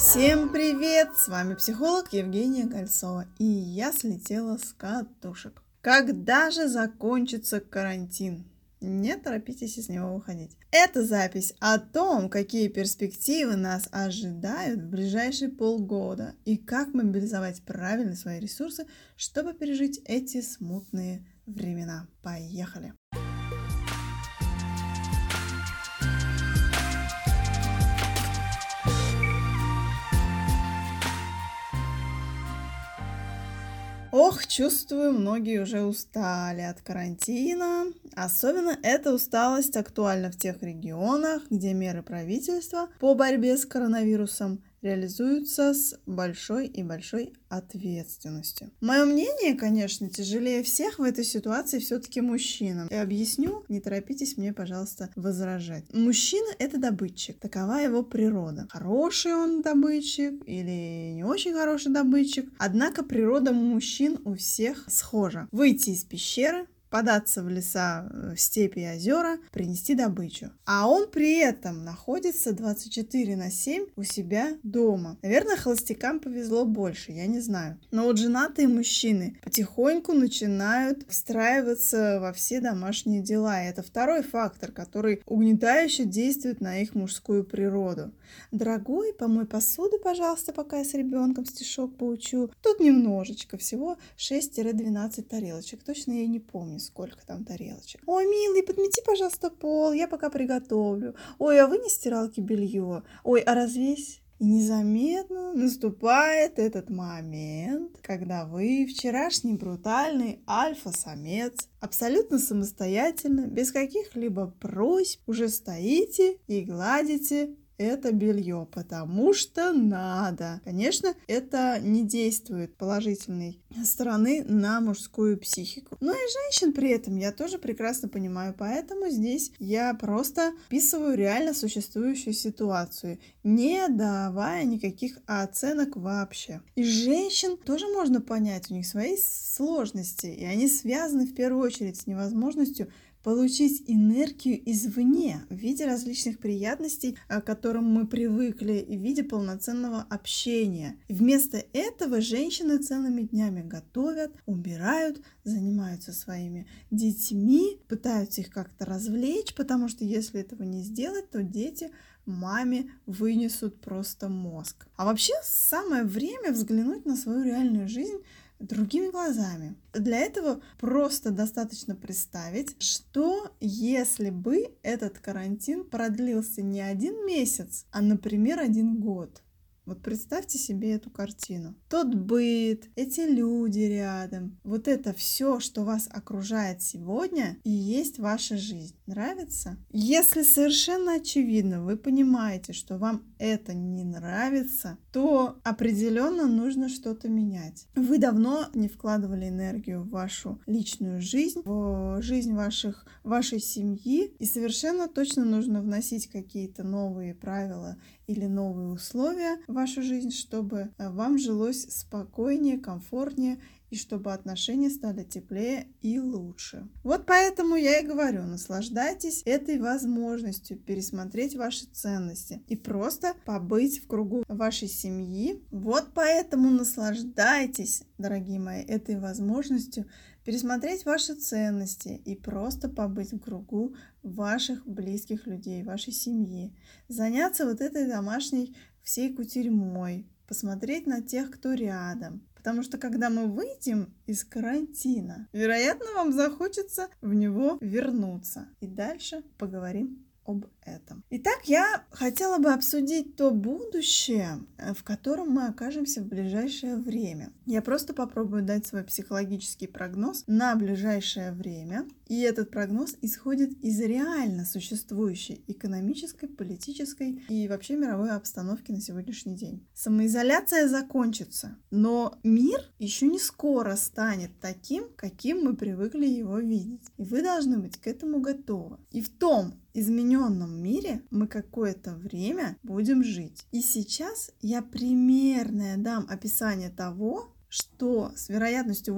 Всем привет! С вами психолог Евгения Кольцова, и я слетела с катушек. Когда же закончится карантин? Не торопитесь из него выходить. Это запись о том, какие перспективы нас ожидают в ближайшие полгода и как мобилизовать правильно свои ресурсы, чтобы пережить эти смутные времена. Поехали! Ох, чувствую, многие уже устали от карантина. Особенно эта усталость актуальна в тех регионах, где меры правительства по борьбе с коронавирусом реализуются с большой ответственностью. Мое мнение, конечно, тяжелее всех в этой ситуации все-таки мужчинам. И объясню, не торопитесь мне, пожалуйста, возражать. Мужчина – это добытчик, такова его природа. Хороший он добытчик или не очень хороший добытчик. Однако природа мужчин у всех схожа. Выйти из пещеры, податься в леса, в степи и озера, принести добычу. А он при этом находится 24/7 у себя дома. Наверное, холостякам повезло больше, я не знаю. Но вот женатые мужчины потихоньку начинают встраиваться во все домашние дела. И это второй фактор, который угнетающе действует на их мужскую природу. Дорогой, помой посуду, пожалуйста, пока я с ребенком стишок поучу. Тут немножечко, всего 6-12 тарелочек. Точно я не помню, сколько там тарелочек. Ой, милый, подмети, пожалуйста, пол, я пока приготовлю. Ой, а вынес стиралки белье. Ой, а развесь. И незаметно наступает этот момент, когда вы, вчерашний брутальный альфа-самец, абсолютно самостоятельно, без каких-либо просьб, уже стоите и гладите это белье, потому что надо. Конечно, это не действует положительной стороны на мужскую психику. Но и женщин при этом я тоже прекрасно понимаю, поэтому здесь я просто описываю реально существующую ситуацию, не давая никаких оценок вообще. И женщин тоже можно понять, у них свои сложности, и они связаны в первую очередь с невозможностью получить энергию извне в виде различных приятностей, к которым мы привыкли, и в виде полноценного общения. И вместо этого женщины целыми днями готовят, убирают, занимаются своими детьми, пытаются их как-то развлечь, потому что если этого не сделать, то дети маме вынесут просто мозг. А вообще самое время взглянуть на свою реальную жизнь другими глазами. Для этого просто достаточно представить, что если бы этот карантин продлился не 1 месяц, а, например, 1 год. Вот представьте себе эту картину. Тот быт, эти люди рядом, вот это все, что вас окружает сегодня, и есть ваша жизнь. Нравится? Если совершенно очевидно, вы понимаете, что вам это не нравится, то определенно нужно что-то менять. Вы давно не вкладывали энергию в вашу личную жизнь, в жизнь вашей семьи, и совершенно точно нужно вносить какие-то новые правила или новые условия в вашу жизнь, чтобы вам жилось спокойнее, комфортнее, и чтобы отношения стали теплее и лучше. Вот поэтому я и говорю, наслаждайтесь этой возможностью пересмотреть ваши ценности и просто побыть в кругу вашей семьи. Вот поэтому наслаждайтесь, дорогие мои, этой возможностью пересмотреть ваши ценности и просто побыть в кругу ваших близких людей, вашей семьи. Заняться вот этой домашней всей кутерьмой, посмотреть на тех, кто рядом. Потому что когда мы выйдем из карантина, вероятно, вам захочется в него вернуться. И дальше поговорим об этом. Итак, я хотела бы обсудить то будущее, в котором мы окажемся в ближайшее время. Я просто попробую дать свой психологический прогноз на ближайшее время. И этот прогноз исходит из реально существующей экономической, политической и вообще мировой обстановки на сегодняшний день. Самоизоляция закончится, но мир еще не скоро станет таким, каким мы привыкли его видеть. И вы должны быть к этому готовы. И в том измененном мире мы какое-то время будем жить. И сейчас я примерное дам описание того, что с вероятностью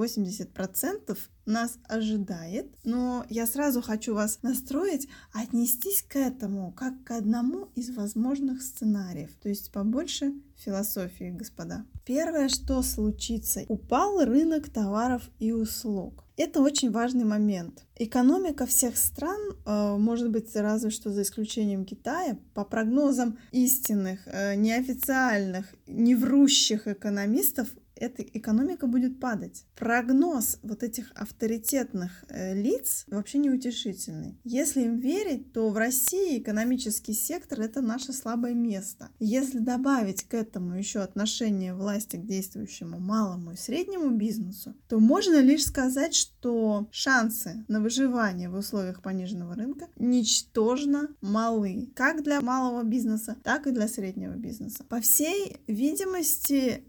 80% нас ожидает, но я сразу хочу вас настроить отнестись к этому как к одному из возможных сценариев, то есть побольше философии, господа. Первое, что случится, упал рынок товаров и услуг. Это очень важный момент. Экономика всех стран, может быть, разве что за исключением Китая, по прогнозам истинных, неофициальных, не врущих экономистов, эта экономика будет падать. Прогноз вот этих авторитетных лиц вообще неутешительный. Если им верить, то в России экономический сектор – это наше слабое место. Если добавить к этому еще отношение власти к действующему малому и среднему бизнесу, то можно лишь сказать, что шансы на выживание в условиях пониженного рынка ничтожно малы. Как для малого бизнеса, так и для среднего бизнеса. По всей видимости,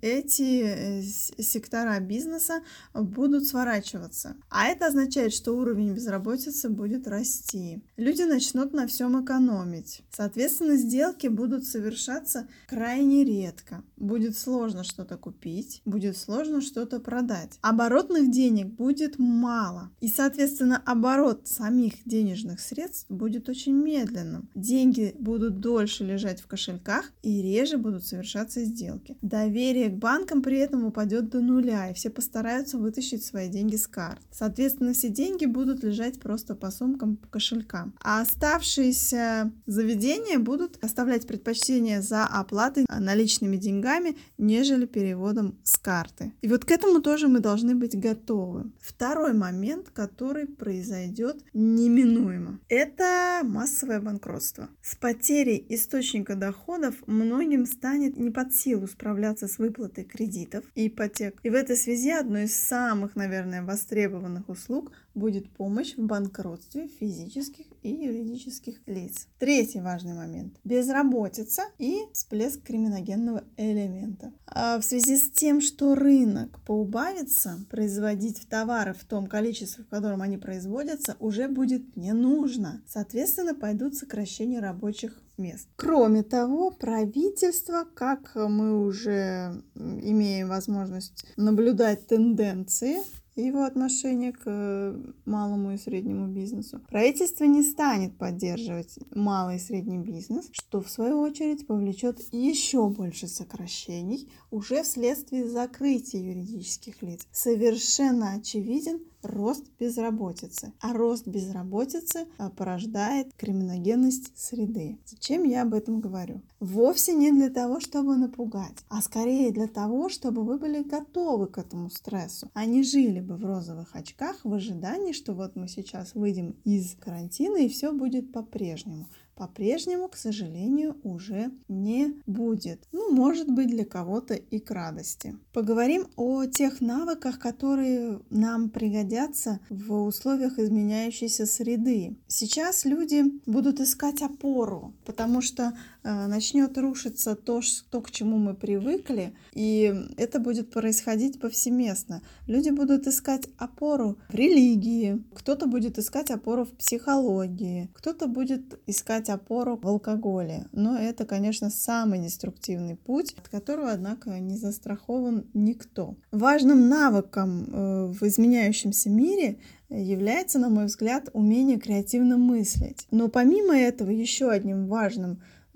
эти сектора бизнеса будут сворачиваться. А это означает, что уровень безработицы будет расти. Люди начнут на всем экономить. Соответственно, сделки будут совершаться крайне редко. Будет сложно что-то купить, будет сложно что-то продать. Оборотных денег будет мало. И, соответственно, оборот самих денежных средств будет очень медленным. Деньги будут дольше лежать в кошельках и реже будут совершаться сделки. Доверие к банкам при этом упадет до нуля, и все постараются вытащить свои деньги с карт. Соответственно, все деньги будут лежать просто по сумкам, по кошелькам. А оставшиеся заведения будут оставлять предпочтение за оплатой наличными деньгами, нежели переводом с карты. И вот к этому тоже мы должны быть готовы. Второй момент, который произойдет неминуемо, это массовое банкротство. С потерей источника доходов многим станет не под силу справляться с выплатой кредитов и ипотек. И в этой связи одной из самых, наверное, востребованных услуг будет помощь в банкротстве физических и юридических лиц. Третий важный момент – безработица и всплеск криминогенного элемента. В связи с тем, что рынок поубавится, производить товары в том количестве, в котором они производятся, уже будет не нужно. Соответственно, пойдут сокращения рабочих мест. Кроме того, правительство, как мы уже имеем возможность наблюдать тенденции его отношение к малому и среднему бизнесу, правительство не станет поддерживать малый и средний бизнес, что в свою очередь повлечет еще больше сокращений уже вследствие закрытия юридических лиц. Совершенно очевиден рост безработицы. А рост безработицы порождает криминогенность среды. Зачем я об этом говорю? Вовсе не для того, чтобы напугать, а скорее для того, чтобы вы были готовы к этому стрессу, а не жили бы в розовых очках в ожидании, что вот мы сейчас выйдем из карантина и все будет по-прежнему. По-прежнему, к сожалению, уже не будет. Может быть, для кого-то и к радости. Поговорим о тех навыках, которые нам пригодятся в условиях изменяющейся среды. Сейчас люди будут искать опору, потому что начнет рушиться то, к чему мы привыкли, и это будет происходить повсеместно. Люди будут искать опору в религии, кто-то будет искать опору в психологии, кто-то будет искать опору в алкоголе. Но это, конечно, самый деструктивный путь, от которого, однако, не застрахован никто. Важным навыком в изменяющемся мире является, на мой взгляд, умение креативно мыслить. Но помимо этого, еще одним важным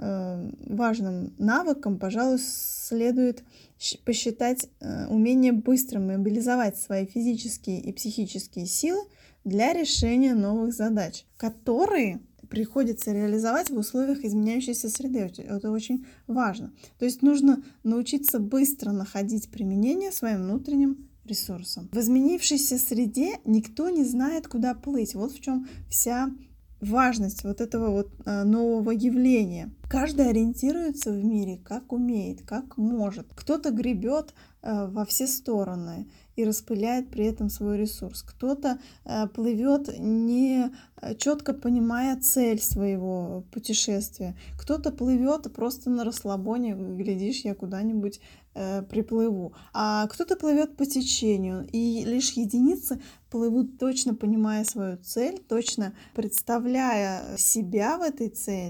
навыком, пожалуй, следует посчитать умение быстро мобилизовать свои физические и психические силы для решения новых задач, которые приходится реализовать в условиях изменяющейся среды. Это очень важно. То есть нужно научиться быстро находить применение своим внутренним ресурсам. В изменившейся среде никто не знает, куда плыть. Вот в чем вся важность вот этого нового явления. Каждый ориентируется в мире как умеет, как может. Кто-то гребет во все стороны и распыляет при этом свой ресурс. Кто-то плывет, не четко понимая цель своего путешествия. Кто-то плывет просто на расслабоне, глядишь, я куда-нибудь приплыву. А кто-то плывет по течению, и лишь единицы плывут, точно понимая свою цель, точно представляя себя в этой цели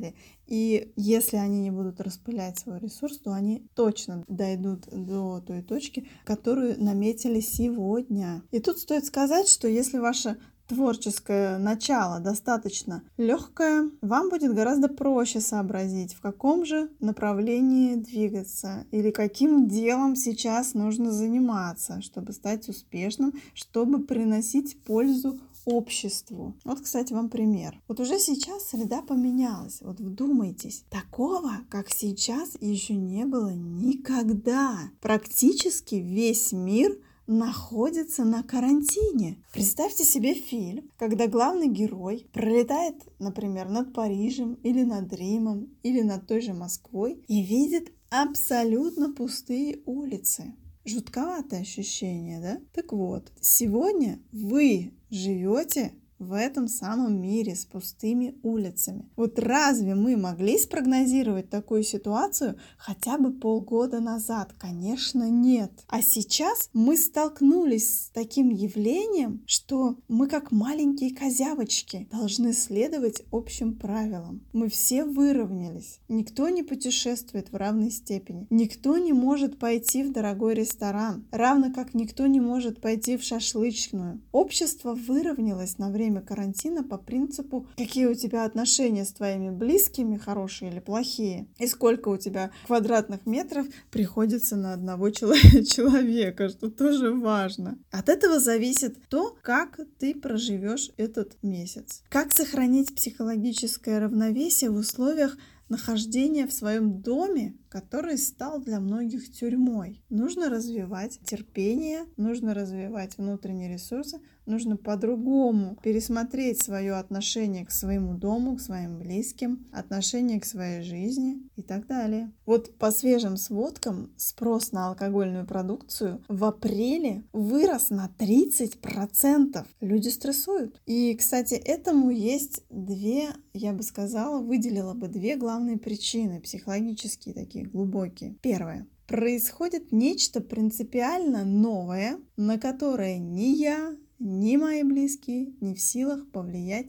И если они не будут распылять свой ресурс, то они точно дойдут до той точки, которую наметили сегодня. И тут стоит сказать, что если ваше творческое начало достаточно легкое, вам будет гораздо проще сообразить, в каком же направлении двигаться или каким делом сейчас нужно заниматься, чтобы стать успешным, чтобы приносить пользу обществу. Вот, кстати, вам пример. Вот уже сейчас среда поменялась. Вот вдумайтесь, такого, как сейчас, еще не было никогда. Практически весь мир находится на карантине. Представьте себе фильм, когда главный герой пролетает, например, над Парижем или над Римом или над той же Москвой и видит абсолютно пустые улицы. Жутковатое ощущение, да? Так вот, сегодня вы живете в этом самом мире с пустыми улицами. Вот разве мы могли спрогнозировать такую ситуацию хотя бы полгода назад? Конечно, нет. А сейчас мы столкнулись с таким явлением, что мы как маленькие козявочки должны следовать общим правилам. Мы все выровнялись. Никто не путешествует в равной степени. Никто не может пойти в дорогой ресторан, равно как никто не может пойти в шашлычную. Общество выровнялось на время карантина по принципу, какие у тебя отношения с твоими близкими, хорошие или плохие, и сколько у тебя квадратных метров приходится на одного человека, что тоже важно. От этого зависит то, как ты проживешь этот месяц. Как сохранить психологическое равновесие в условиях нахождения в своем доме, который стал для многих тюрьмой. Нужно развивать терпение, нужно развивать внутренние ресурсы, нужно по-другому пересмотреть свое отношение к своему дому, к своим близким, отношение к своей жизни и так далее. Вот по свежим сводкам спрос на алкогольную продукцию в апреле вырос на 30%. Люди стрессуют. И, кстати, этому есть я бы сказала, выделила бы две главные причины, психологические такие, глубокие. Первое. Происходит нечто принципиально новое, на которое ни я, ни мои близкие не в силах повлиять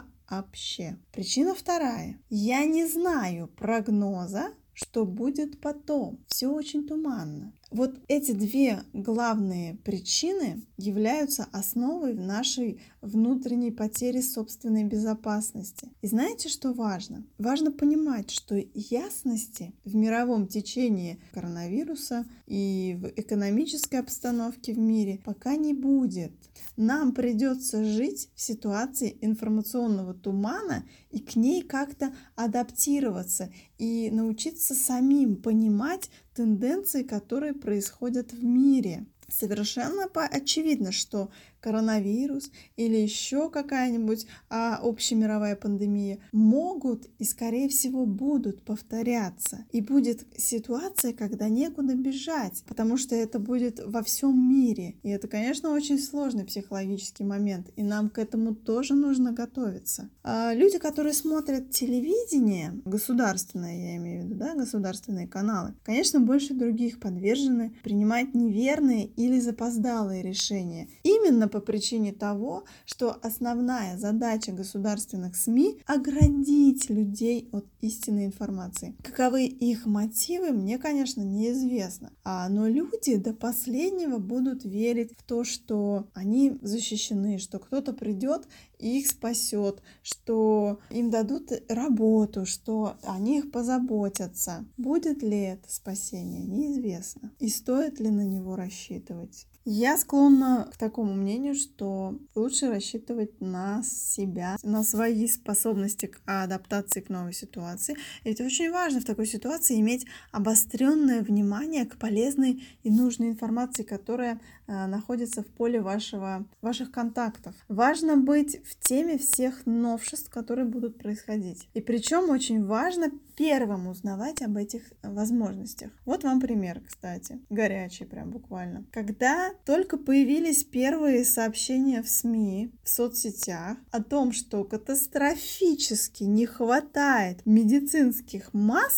вообще. Причина вторая. Я не знаю прогноза, что будет потом. Все очень туманно. Вот эти две главные причины являются основой нашей внутренней потери собственной безопасности. И знаете, что важно? Важно понимать, что ясности в мировом течении коронавируса и в экономической обстановке в мире пока не будет. Нам придется жить в ситуации информационного тумана и к ней как-то адаптироваться и научиться самим понимать тенденции, которые происходят в мире. Совершенно очевидно, что коронавирус или еще какая-нибудь общемировая пандемия могут и, скорее всего, будут повторяться. И будет ситуация, когда некуда бежать, потому что это будет во всем мире. И это, конечно, очень сложный психологический момент, и нам к этому тоже нужно готовиться. Люди, которые смотрят телевидение, государственное, я имею в виду, да, государственные каналы, конечно, больше других подвержены принимать неверные или запоздалые решения. Именно по причине того, что основная задача государственных СМИ — оградить людей от истинной информации. Каковы их мотивы, мне, конечно, неизвестно. Но люди до последнего будут верить в то, что они защищены, что кто-то придет и их спасет, что им дадут работу, что о них позаботятся. Будет ли это спасение, неизвестно. И стоит ли на него рассчитывать? Я склонна к такому мнению, что лучше рассчитывать на себя, на свои способности к адаптации к новой ситуации. И это очень важно в такой ситуации иметь обостренное внимание к полезной и нужной информации, которая находится в поле ваших контактов. Важно быть в теме всех новшеств, которые будут происходить. И причем очень важно первым узнавать об этих возможностях. Вот вам пример, кстати, горячий прям буквально. Когда только появились первые сообщения в СМИ, в соцсетях о том, что катастрофически не хватает медицинских масок,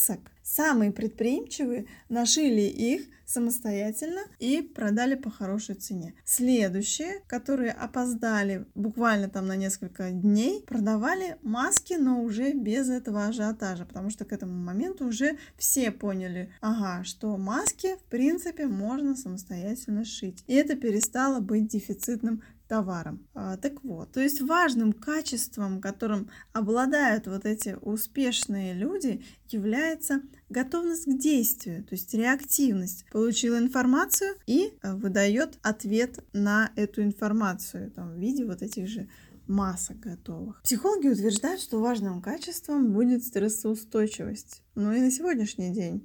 Самые предприимчивые нашили их самостоятельно и продали по хорошей цене. Следующие, которые опоздали буквально там на несколько дней, продавали маски, но уже без этого ажиотажа, потому что к этому моменту уже все поняли, что маски в принципе можно самостоятельно шить. И это перестало быть дефицитным товаром. Так вот, то есть важным качеством, которым обладают вот эти успешные люди, является готовность к действию, то есть реактивность. Получила информацию и выдает ответ на эту информацию в виде вот этих же масок готовых. Психологи утверждают, что важным качеством будет стрессоустойчивость. Но и на сегодняшний день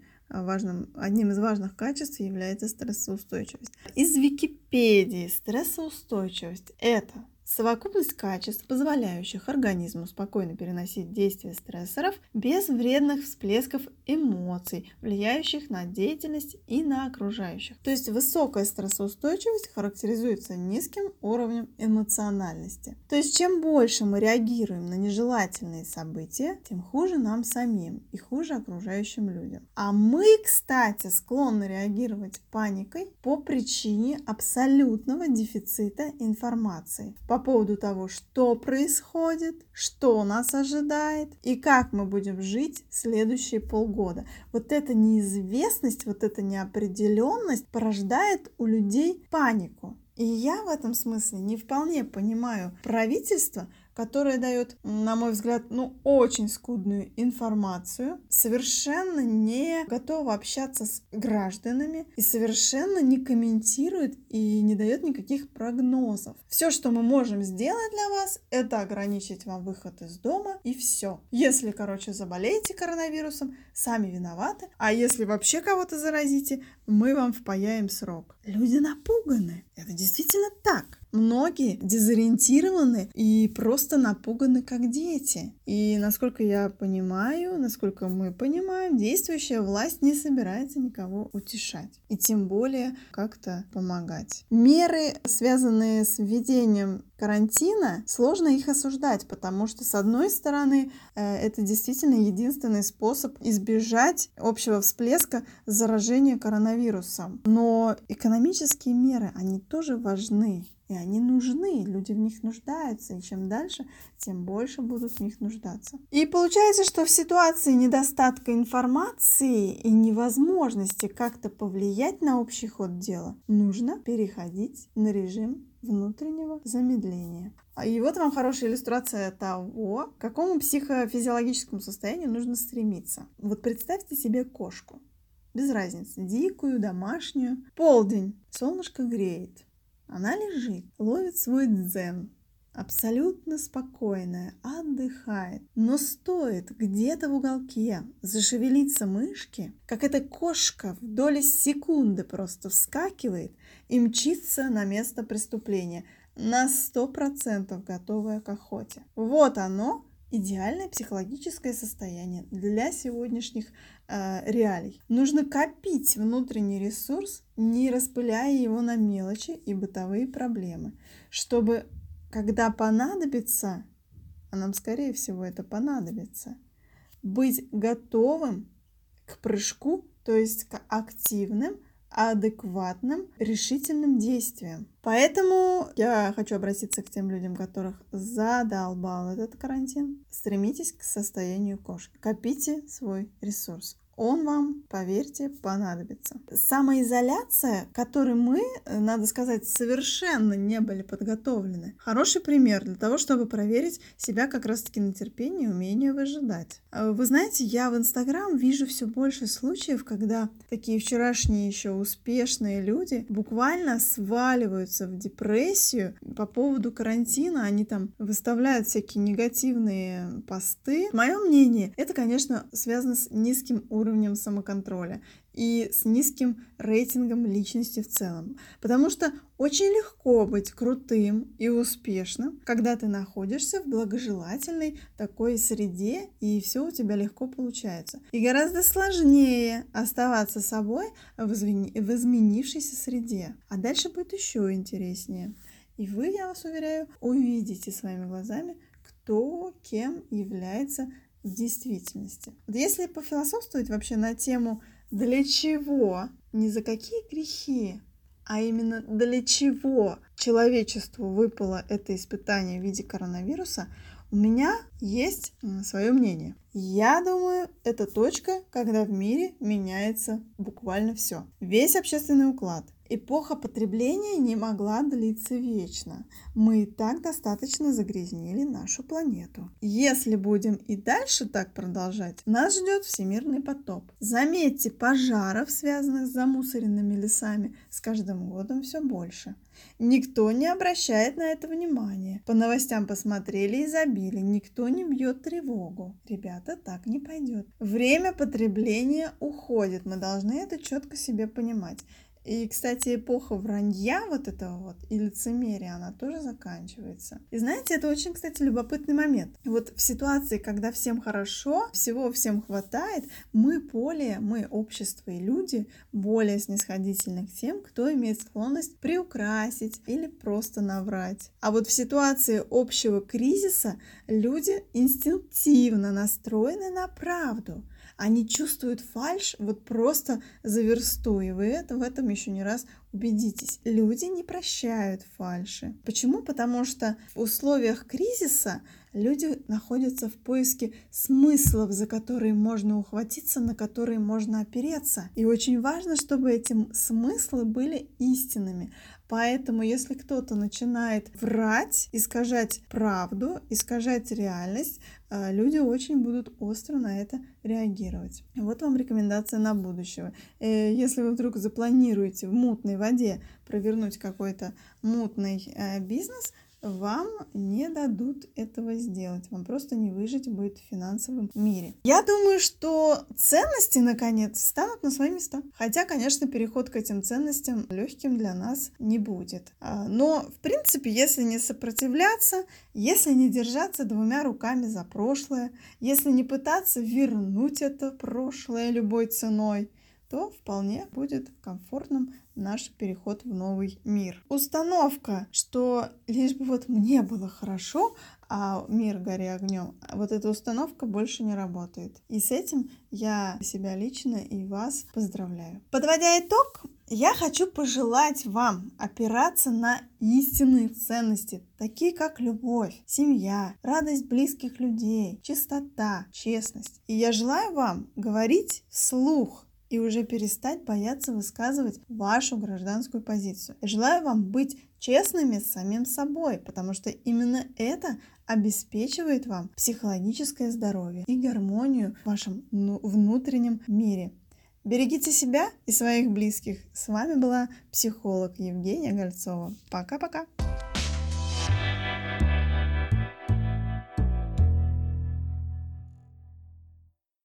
одним из важных качеств является стрессоустойчивость. Из Википедии стрессоустойчивость – это совокупность качеств, позволяющих организму спокойно переносить действия стрессоров без вредных всплесков эмоций, влияющих на деятельность и на окружающих. То есть высокая стрессоустойчивость характеризуется низким уровнем эмоциональности. То есть чем больше мы реагируем на нежелательные события, тем хуже нам самим и хуже окружающим людям. А мы, кстати, склонны реагировать паникой по причине абсолютного дефицита информации по поводу того, что происходит, что нас ожидает и как мы будем жить следующие полгода. Вот эта неизвестность, вот эта неопределенность порождает у людей панику. И я в этом смысле не вполне понимаю правительство, которое дает, на мой взгляд, очень скудную информацию, совершенно не готово общаться с гражданами и совершенно не комментирует и не дает никаких прогнозов. Все, что мы можем сделать для вас, это ограничить вам выход из дома и все. Если, заболеете коронавирусом, сами виноваты, а если вообще кого-то заразите, мы вам впаяем срок. Люди напуганы. Это действительно так. Многие дезориентированы и просто напуганы, как дети. И насколько я понимаю, насколько мы понимаем, действующая власть не собирается никого утешать. И тем более как-то помогать. Меры, связанные с введением карантина, сложно их осуждать, потому что, с одной стороны, это действительно единственный способ избежать общего всплеска заражения коронавирусом. Но экономические меры, они тоже важны. И они нужны, люди в них нуждаются, и чем дальше, тем больше будут в них нуждаться. И получается, что в ситуации недостатка информации и невозможности как-то повлиять на общий ход дела, нужно переходить на режим внутреннего замедления. И вот вам хорошая иллюстрация того, к какому психофизиологическому состоянию нужно стремиться. Вот представьте себе кошку, без разницы, дикую, домашнюю. Полдень, солнышко греет. Она лежит, ловит свой дзен, абсолютно спокойная, отдыхает. Но стоит где-то в уголке зашевелиться мышке, как эта кошка в доли секунды просто вскакивает и мчится на место преступления, на 100% готовая к охоте. Вот оно, идеальное психологическое состояние для сегодняшних реалий. Нужно копить внутренний ресурс, не распыляя его на мелочи и бытовые проблемы, чтобы, когда понадобится, а нам, скорее всего, это понадобится, быть готовым к прыжку, то есть к активным, адекватным, решительным действиям. Поэтому я хочу обратиться к тем людям, которых задолбал этот карантин. Стремитесь к состоянию кошки. Копите свой ресурс. Он вам, поверьте, понадобится. Самоизоляция, к которой мы, надо сказать, совершенно не были подготовлены. Хороший пример для того, чтобы проверить себя как раз-таки на терпение и умение выжидать. Вы знаете, я в Инстаграм вижу все больше случаев, когда такие вчерашние еще успешные люди буквально сваливаются в депрессию по поводу карантина. Они там выставляют всякие негативные посты. Мое мнение, это, конечно, связано с низким уровнем самоконтроля и с низким рейтингом личности в целом. Потому что очень легко быть крутым и успешным, когда ты находишься в благожелательной такой среде, и все у тебя легко получается. И гораздо сложнее оставаться собой в изменившейся среде. А дальше будет еще интереснее. И вы, я вас уверяю, увидите своими глазами, кто кем является в действительности. Вот если пофилософствовать вообще на тему «для чего?», не за какие грехи, а именно для чего человечеству выпало это испытание в виде коронавируса, у меня есть свое мнение. Я думаю, это точка, когда в мире меняется буквально все. Весь общественный уклад. Эпоха потребления не могла длиться вечно. Мы и так достаточно загрязнили нашу планету. Если будем и дальше так продолжать, нас ждет всемирный потоп. Заметьте, пожаров, связанных с замусоренными лесами, с каждым годом все больше. Никто не обращает на это внимания. По новостям посмотрели и забили. Никто не бьет тревогу. Ребята, так не пойдет. Время потребления уходит. Мы должны это четко себе понимать. И, кстати, эпоха вранья вот этого вот и лицемерия, она тоже заканчивается. И знаете, это очень, кстати, любопытный момент. Вот в ситуации, когда всем хорошо, всего всем хватает, мы, общество и люди, более снисходительны к тем, кто имеет склонность приукрасить или просто наврать. А вот в ситуации общего кризиса люди инстинктивно настроены на правду. Они чувствуют фальшь вот просто за версту, и вы в этом еще не раз убедитесь. Люди не прощают фальши. Почему? Потому что в условиях кризиса люди находятся в поиске смыслов, за которые можно ухватиться, на которые можно опереться. И очень важно, чтобы эти смыслы были истинными. Поэтому, если кто-то начинает врать, искажать правду, искажать реальность, люди очень будут остро на это реагировать. Вот вам рекомендация на будущее. Если вы вдруг запланируете в мутной воде провернуть какой-то мутный бизнес, вам не дадут этого сделать. Вам просто не выжить будет в финансовом мире. Я думаю, что ценности, наконец, станут на свои места. Хотя, конечно, переход к этим ценностям легким для нас не будет. Но, в принципе, если не сопротивляться, если не держаться двумя руками за прошлое, если не пытаться вернуть это прошлое любой ценой, то вполне будет комфортным наш переход в новый мир. Установка, что лишь бы вот мне было хорошо, а мир гори огнем, вот эта установка больше не работает. И с этим я себя лично и вас поздравляю. Подводя итог, я хочу пожелать вам опираться на истинные ценности, такие как любовь, семья, радость близких людей, чистота, честность. И я желаю вам говорить вслух и уже перестать бояться высказывать вашу гражданскую позицию. Я желаю вам быть честными с самим собой, потому что именно это обеспечивает вам психологическое здоровье и гармонию в вашем внутреннем мире. Берегите себя и своих близких. С вами была психолог Евгения Гольцова. Пока-пока.